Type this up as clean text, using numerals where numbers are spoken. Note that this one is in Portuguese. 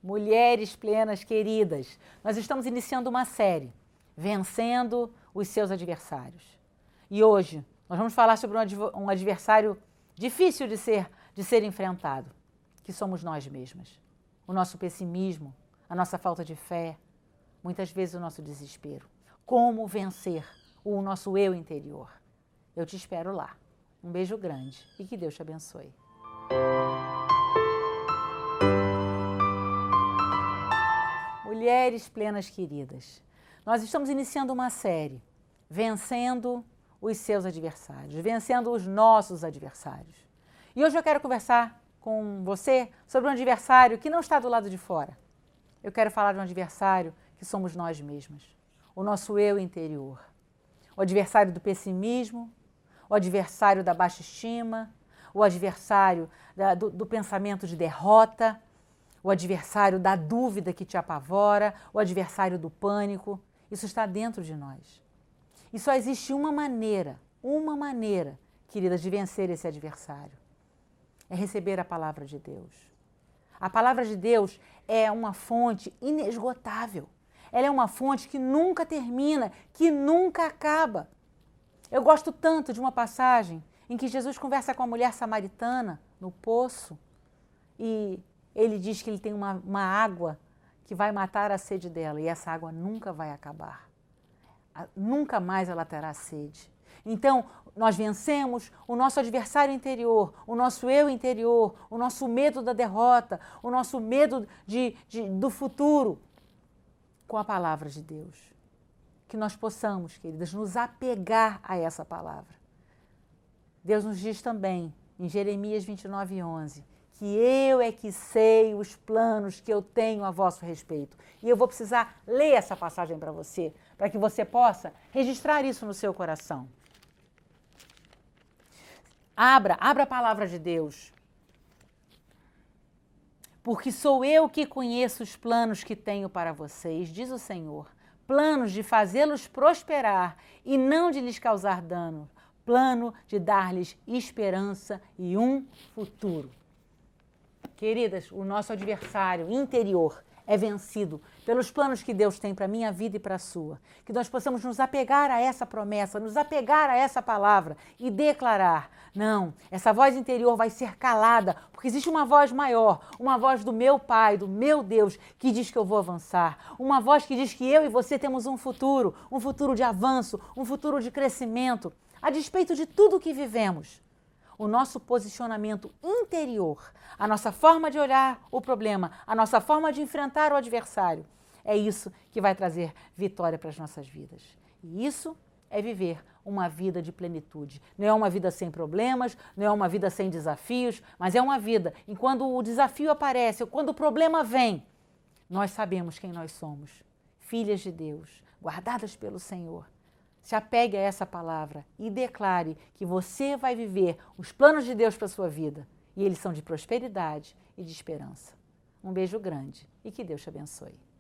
Mulheres plenas queridas, nós estamos iniciando uma série, Vencendo os Seus Adversários. E hoje nós vamos falar sobre um adversário difícil de ser enfrentado, que somos nós mesmas. O nosso pessimismo, a nossa falta de fé, muitas vezes o nosso desespero. Como vencer o nosso eu interior? Eu te espero lá. Um beijo grande e que Deus te abençoe. Mulheres plenas queridas, nós estamos iniciando uma série, Vencendo os Seus Adversários, Vencendo os Nossos Adversários. E hoje eu quero conversar com você sobre um adversário que não está do lado de fora. Eu quero falar de um adversário que somos nós mesmas, o nosso eu interior. O adversário do pessimismo, o adversário da baixa estima, o adversário do pensamento de derrota, o adversário da dúvida que te apavora, o adversário do pânico. Isso está dentro de nós. E só existe uma maneira, querida, de vencer esse adversário. É receber a palavra de Deus. A palavra de Deus é uma fonte inesgotável. Ela é uma fonte que nunca termina, que nunca acaba. Eu gosto tanto de uma passagem em que Jesus conversa com a mulher samaritana no poço e ele diz que ele tem uma água que vai matar a sede dela e essa água nunca vai acabar. Nunca mais ela terá sede. Então, nós vencemos o nosso adversário interior, o nosso eu interior, o nosso medo da derrota, o nosso medo do futuro com a palavra de Deus. Que nós possamos, queridas, nos apegar a essa palavra. Deus nos diz também, em Jeremias 29:11, que eu é que sei os planos que eu tenho a vosso respeito. E eu vou precisar ler essa passagem para você, para que você possa registrar isso no seu coração. Abra a palavra de Deus. Porque sou eu que conheço os planos que tenho para vocês, diz o Senhor. Planos de fazê-los prosperar e não de lhes causar dano. Plano de dar-lhes esperança e um futuro. Queridas, o nosso adversário interior é vencido pelos planos que Deus tem para a minha vida e para a sua. Que nós possamos nos apegar a essa promessa, nos apegar a essa palavra e declarar, não, essa voz interior vai ser calada, porque existe uma voz maior, uma voz do meu Pai, do meu Deus, que diz que eu vou avançar. Uma voz que diz que eu e você temos um futuro de avanço, um futuro de crescimento, a despeito de tudo o que vivemos. O nosso posicionamento interior, a nossa forma de olhar o problema, a nossa forma de enfrentar o adversário, é isso que vai trazer vitória para as nossas vidas. E isso é viver uma vida de plenitude. Não é uma vida sem problemas, não é uma vida sem desafios, mas é uma vida em quando o desafio aparece, ou quando o problema vem, nós sabemos quem nós somos. Filhas de Deus, guardadas pelo Senhor. Se apegue a essa palavra e declare que você vai viver os planos de Deus para a sua vida. E eles são de prosperidade e de esperança. Um beijo grande e que Deus te abençoe.